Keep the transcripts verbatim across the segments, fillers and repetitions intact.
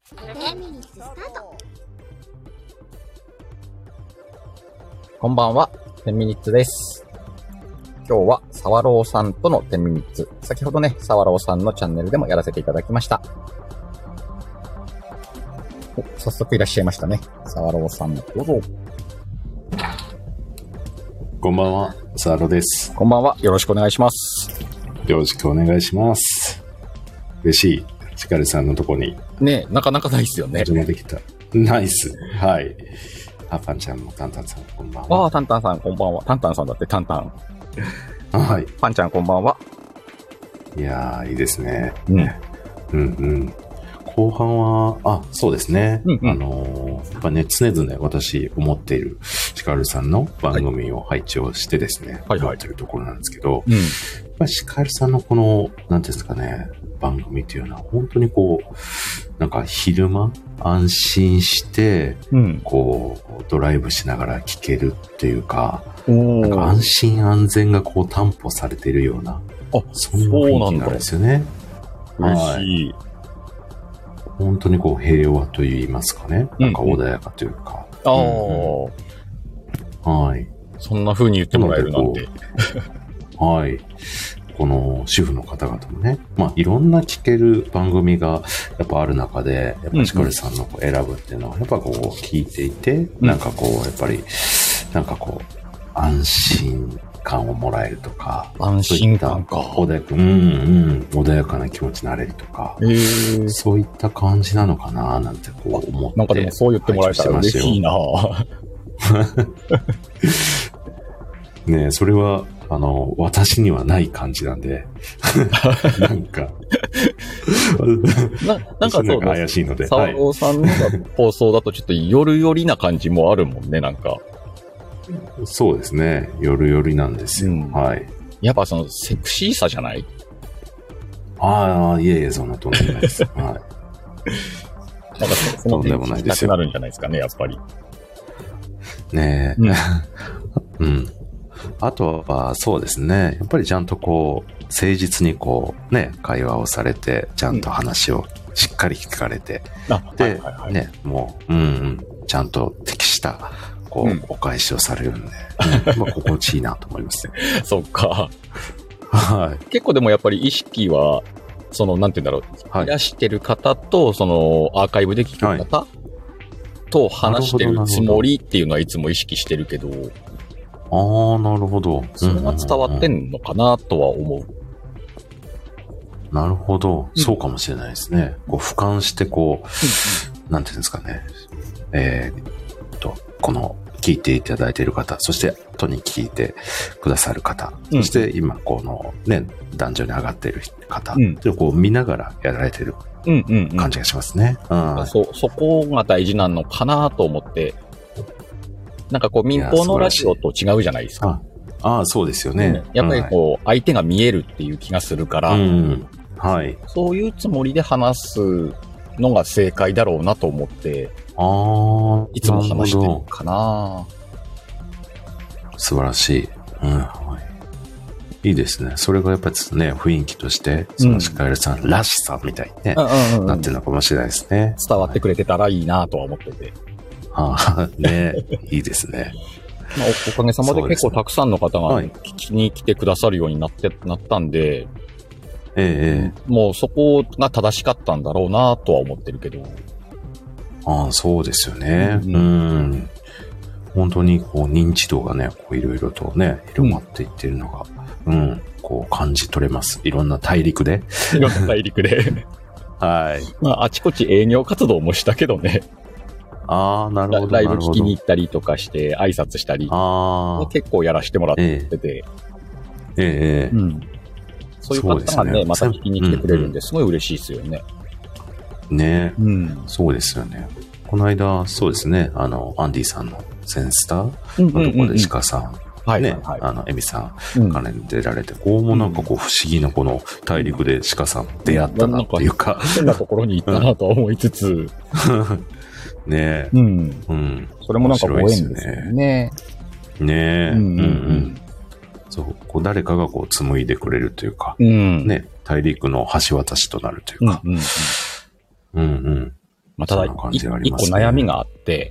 テンミニッツスタート。 こんばんは、テンミニッツです。今日はサワローさんとのテンミニッツ。先ほどね、サワローさんのチャンネルでもやらせていただきました。お、早速いらっしゃいましたね。サワローさん、どうぞ。 こんばんは、サワローです。 こんばんは、よろしくお願いします。 よろしくお願いします。嬉しい。チカルさんのとこに。 ねえ、なかなかないっすよね。 始まってきた。ナイス。はい。ハパンちゃんもタンタンさん、こんばんは。 ああ、タンタンさん、こんばんは。タンタンさんだって、タンタン。 はい。 パンちゃん、こんばんは。 いやー、いいですね。 うん。 うんうん。後半は、あ、そうですね。 うんうん、 あのー、やっぱね、常々私思っているチカルさんの番組を配置をしてですね、 はいはい、 やってるところなんですけど、 うん、やっぱりチカルさんのこの、なんていうんですかね、番組っていうのは本当にこう、なんか昼間安心して、うん、こう、ドライブしながら聞けるっていうか、なんか安心安全がこう担保されているような、 あ、 そんな雰囲気なんですよね。 嬉しい。 本当にこう平和と言いますかね。なんか穏やかというか。 ああ、 うんうん。はい。 そんな風に言ってもらえるなんて。 はい。この主婦の方々もね、まあいろんな聞ける番組がやっぱある中で、やっぱチカルさんのこう選ぶっていうのはやっぱこう聞いていて、うん、なんかこうやっぱり、なんかこう安心感をもらえるとか、 安心感か。 穏やか、うんうん、穏やかな気持ちになれるとか、へー、そういった感じなのかななんてこう思って。 なんかでもそう言ってもらえたら嬉しいなねえ、それは、あの、私にはない感じなんで、なんかな、なんかそうなんか怪しいので。 サワローさんの放送だとちょっと夜寄りな感じもあるもんね、なんか。 そうですね。夜寄りなんですよ。うん、はい。 やっぱそのセクシーさじゃない？ ああ、いえいえ、そんなとんでもないです。はい。なんかその点聞きたくなるんじゃないですかね、やっぱり。 ねえ。うん。うん。あとは、そうですね。やっぱりちゃんとこう、誠実にこう、ね、会話をされて、ちゃんと話をしっかり聞かれて、うん、で、はいはいはい、ね、もう、うんうん、ちゃんと適した、こう、うん、お返しをされるんで、うん、まあ、心地いいなと思いますね。 そっか。 はい。 結構でもやっぱり意識は、その、なんて言うんだろう、はい、いらしてる方と、その、アーカイブで聞く方、はい、と話してるつもりっていうのはいつも意識してるけど、 ああ、なるほど。 それが伝わってんのかなとは思う。うんうんうん、なるほど。そうかもしれないですね。こう俯瞰してこう、うんうん、なんていうんですかね。えー、っと、この聞いていただいている方、そして後に聞いてくださる方、うん、そして今このね、壇上に上がっている方、うん、っていうのをこう見ながらやられている感じがしますね。うんうん、 そ、そこが大事なのかなと思って、なんかこう民放のラジオと違うじゃないですか。 ああ、そうですよね。 うん、やっぱりこう、相手が見えるっていう気がするから、うん、 はい。 そういうつもりで話すのが正解だろうなと思って、 あいつも話してるかな。 素晴らしい。うん、はい。いいですね。それがやっぱりね、雰囲気として、そのシカエルさんらしさみたいにね、うん、なってるのかもしれないですね。 伝わってくれてたらいいなとは思ってて。 ああ、ねいいですね。 まあ、おかげさまで結構たくさんの方が聞きに来てくださるようになって、なったんで、 ええ、 もうそこが正しかったんだろうなとは思ってるけど。 ああ、そうですよね。うん。うん本当にこう認知度がね、こういろいろとね、広まっていってるのが、うん、うん、こう感じ取れます。いろんな大陸で。 いろんな大陸で。 はい。 まあ、あちこち営業活動もしたけどね。 ああ、なるほど。 ライブ聞きに行ったりとかして、挨拶したり。ああ。結構やらせてもらってて。 ええ。ええ。うん。 そういう方がね、ねまた聞きに来てくれるんで、すごい嬉しいですよね。 ねえ。うん。そうですよね。この間、そうですね、あの、アンディさんのセンスターのところで鹿さん、はい、ね、はい、あの、エミさん、関連で出られて、こうもなんかこう不思議なこの大陸で鹿さん出会ったなっていうか。 変なところに行ったなと思いつつ。 ねえ。 うん。うん。それもなんかご縁ですよね。 ねえ。うんうんうん。そう、こう誰かがこう紡いでくれるというか、うん、ね、大陸の橋渡しとなるというか。うんうん。うんうん。 まあ、ただ、一、ね、個悩みがあって。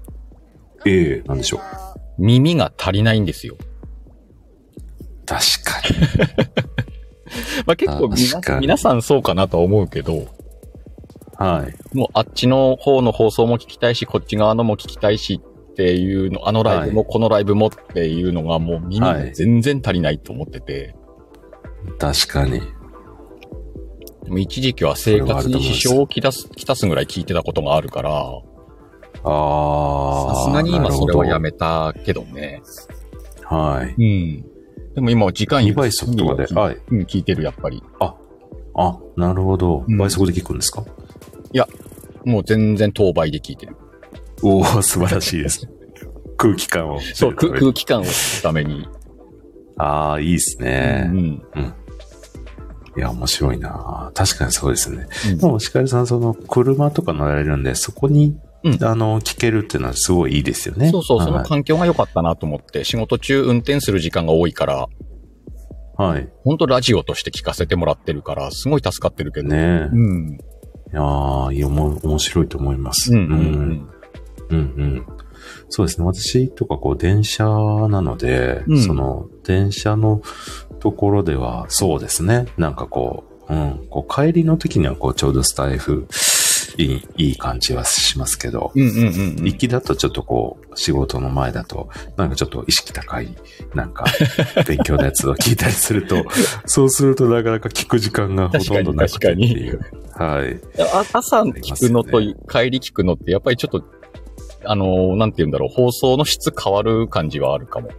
ええー、なんでしょう。 耳が足りないんですよ。 確かに。 まあ結構皆、皆さんそうかなとは思うけど。 はい。 もうあっちの方の放送も聞きたいし、こっち側のも聞きたいしっていうの、あのライブもこのライブもっていうのがもう耳が全然足りないと思ってて。 はい、確かに。 でも一時期は生活に支障をきたす、きたすぐらい聞いてたことがあるから。 ああ。 さすがに今それはやめたけどね。 はい。 うん。でも今時間にばい速とかで、はい。 うん、聞いてるやっぱり。 あ、あ、なるほど。うん、倍速で聞くんですか？ いや、もう全然当倍で聞いてる。 おー、素晴らしいです。空気感を。 そう、空気感を聞くために。 ああ、いいですね。 うん。うん。 いや、面白いな。確かにそうですね。うん、でも、しかりさん、その、車とか乗られるんで、そこに、うん、あの、聞けるっていうのはすごいいいですよね。 そうそう、その環境が良かったなと思って、仕事中運転する時間が多いから、 はい。 本当ラジオとして聞かせてもらってるから、すごい助かってるけど。 ねえ。うん。 いやー、いや、も面白いと思います。 うん、うん、うん。 うん、うん。そうですね。私とかこう、電車なので、うん、その、電車のところでは、そうですね。なんかこう、うん、こう、帰りの時にはこう、ちょうどスタイフ、いい、いい感じはしますけど、 うんうんうんうん、 行きだとちょっとこう、仕事の前だと、なんかちょっと意識高い、なんか、勉強のやつを聞いたりすると、そうするとなかなか聞く時間がほとんどなくてっていう。はい。 朝聞くのと、ね、帰り聞くのって、やっぱりちょっと、あの、なんて言うんだろう、放送の質変わる感じはあるかも。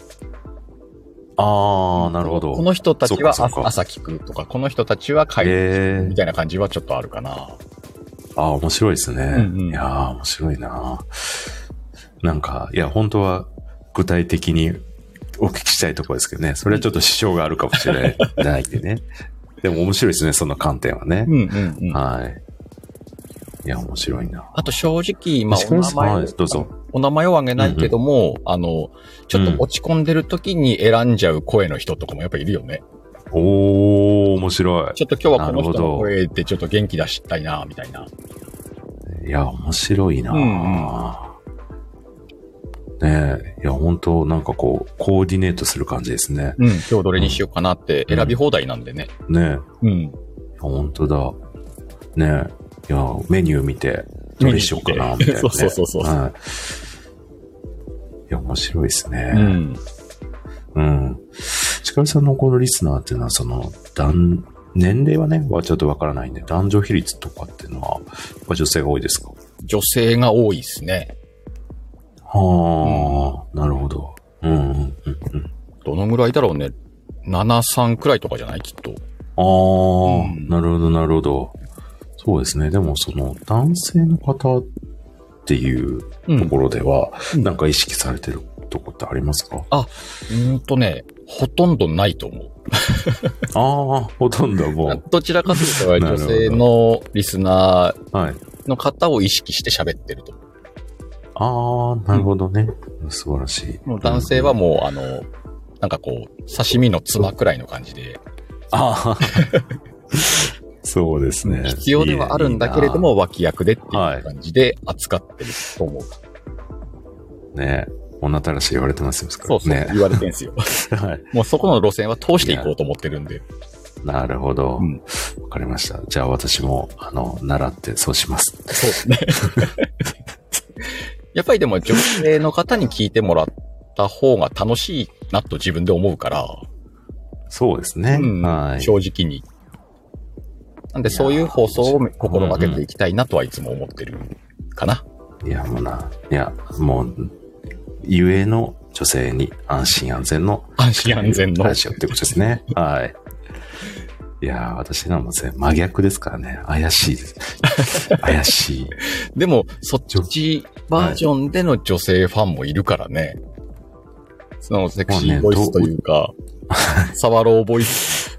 ああ、なるほど。 この人たちは朝聞くとか、この人たちは帰り聞くみたいな感じはちょっとあるかな。 ああ、面白いですね。うんうん、いやー、面白いな。なんか、いや、本当は具体的にお聞きしたいところですけどね。それはちょっと支障があるかもしれないないんでね。でも面白いですね、その観点はね。 うんうんうん、 はい。いや、面白いな。 あと正直、まあ、お名前、 はい、どうぞ。 お名前を挙げないけども、うんうん、あの、ちょっと落ち込んでる時に選んじゃう声の人とかもやっぱいるよね。 おー、面白い。 ちょっと今日はこの人の声でちょっと元気出したいな、みたいな。 いや、面白いな、うんうん、ねえ、いや、本当なんかこう、コーディネートする感じですね。 うん、今日どれにしようかなって選び放題なんでね。 うん、ねえ。うん。いや、 本当だ。ねえ。いや、メニュー見て、どれにしようかな、みたいな、ね。 そうそうそうそう。はい。 いや、面白いですね。 うん。 うん。しかりさんのこのリスナーっていうのは、その、男、年齢はね、はちょっとわからないんで、男女比率とかっていうのは、女性が多いですか？ 女性が多いですね。 はあ、うん、なるほど。うんうんうんうん。 どのぐらいだろうね。なな、さんくらいとかじゃないきっと。 ああ、うん、なるほどなるほど。そうですね。でもその、男性の方っていうところでは、うん、なんか意識されてるとこってありますか？ あ、うんとね、ほとんどないと思う。 ああ、ほとんどもう。 どちらかというと女性のリスナーの方を意識して喋ってると思う。 ああ、なるほどね。うん、素晴らしい。 もう男性はもう、あの、なんかこう、刺身のつまくらいの感じで。 ああ。そうですね。 必要ではあるんだけれども、脇役でっていう感じで扱ってると思う。 はい、ねえ。女たらし言われてますよ。 そうそう、ね、言われてんすよ。はい。もうそこの路線は通していこうと思ってるんで。 なるほど。わ、うん、かりました。じゃあ私も、あの、習ってそうします。 そうですね。やっぱりでも女性の方に聞いてもらった方が楽しいなと自分で思うから。 そうですね。うん、はい。 正直に。なんでそういう放送を心がけていきたいなとはいつも思ってるかな。 いや、もうな、いや、もう、ゆえの女性に安心安全の安心安全のラジオってことですね。はい。いやー、私のはもう真逆ですからね。怪しいです。怪しい。 でも、そっちバージョンでの女性ファンもいるからね。そのセクシーボイスというか、サワローボイス。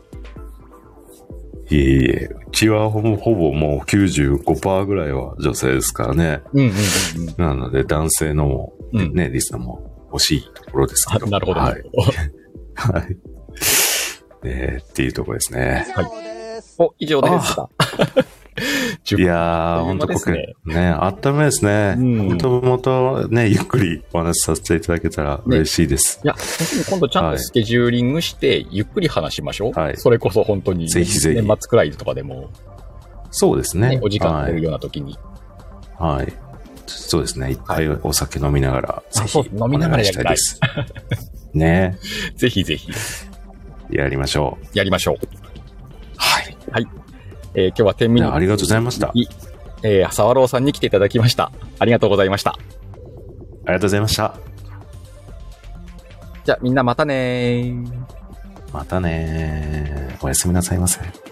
いえいえ、うちはほぼ、ほぼもう きゅうじゅうごパーセント ぐらいは女性ですからね。 うんうんうんうん、 なので男性のも、ね、うん、リスナーも欲しいところですけど。 なるほど。 はい。はい。えー、っていうところですね。 はい。お、以上ですか。 いやー、ほんと僕、ね、あっためですね。もともとね、ゆっくりお話しさせていただけたら嬉しいです。 ね、いや、本当に今度ちゃんとスケジューリングして、ゆっくり話しましょう。はい。それこそ本当に、 ぜひぜひ。 年末くらいとかでも。 そうですね。 ねお時間取れるような時に。 はい。はい、そうですね。いっぱいお酒飲みながら、 ぜひ飲みながらやりたいです。 ね。 ぜひぜひ。 やりましょう。やりましょう。 はい。 はい。えー、今日は天秤ありがとうございました。 えー、沢朗さんに来ていただきました。ありがとうございました。ありがとうございました。 じゃあみんなまたねー。 またねー。おやすみなさいませ。